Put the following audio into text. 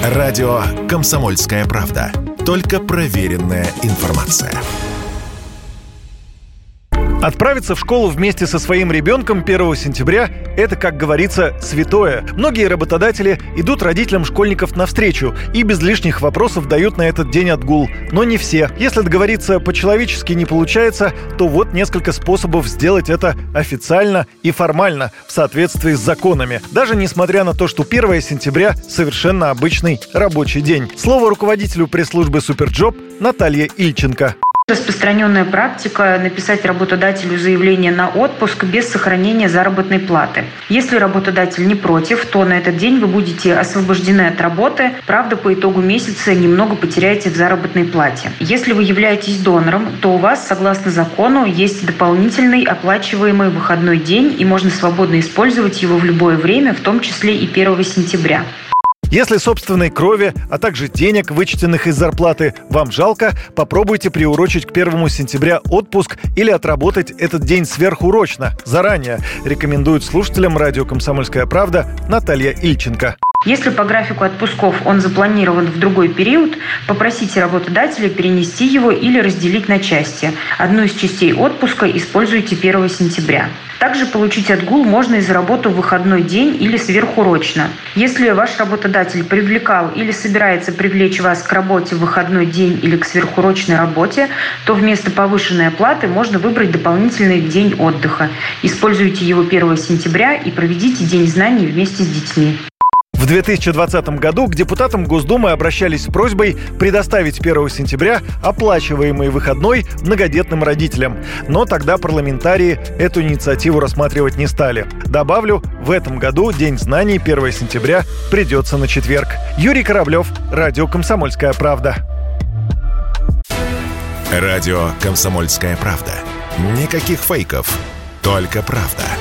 Радио «Комсомольская правда». Только проверенная информация. Отправиться в школу вместе со своим ребенком 1 сентября – это, как говорится, святое. Многие работодатели идут родителям школьников навстречу и без лишних вопросов дают на этот день отгул. Но не все. Если договориться по-человечески не получается, то вот несколько способов сделать это официально и формально, в соответствии с законами. Даже несмотря на то, что 1 сентября – совершенно обычный рабочий день. Слово руководителю пресс-службы «Суперджоп» Наталье Ильченко. Распространенная практика написать работодателю заявление на отпуск без сохранения заработной платы. Если работодатель не против, то на этот день вы будете освобождены от работы. Правда, по итогу месяца немного потеряете в заработной плате. Если вы являетесь донором, то у вас, согласно закону, есть дополнительный оплачиваемый выходной день, и можно свободно использовать его в любое время, в том числе и 1 сентября. Если собственной крови, а также денег, вычтенных из зарплаты, вам жалко, попробуйте приурочить к 1 сентября отпуск или отработать этот день сверхурочно, заранее, рекомендует слушателям радио «Комсомольская правда» Наталья Ильченко. Если по графику отпусков он запланирован в другой период, попросите работодателя перенести его или разделить на части. Одну из частей отпуска используйте 1 сентября. Также получить отгул можно и за работу в выходной день или сверхурочно. Если ваш работодатель привлекал или собирается привлечь вас к работе в выходной день или к сверхурочной работе, то вместо повышенной оплаты можно выбрать дополнительный день отдыха. Используйте его 1 сентября и проведите День знаний вместе с детьми. В 2020 году к депутатам Госдумы обращались с просьбой предоставить 1 сентября оплачиваемый выходной многодетным родителям. Но тогда парламентарии эту инициативу рассматривать не стали. Добавлю, в этом году День знаний 1 сентября придется на четверг. Юрий Кораблев, радио «Комсомольская правда». Радио «Комсомольская правда». Никаких фейков, только правда.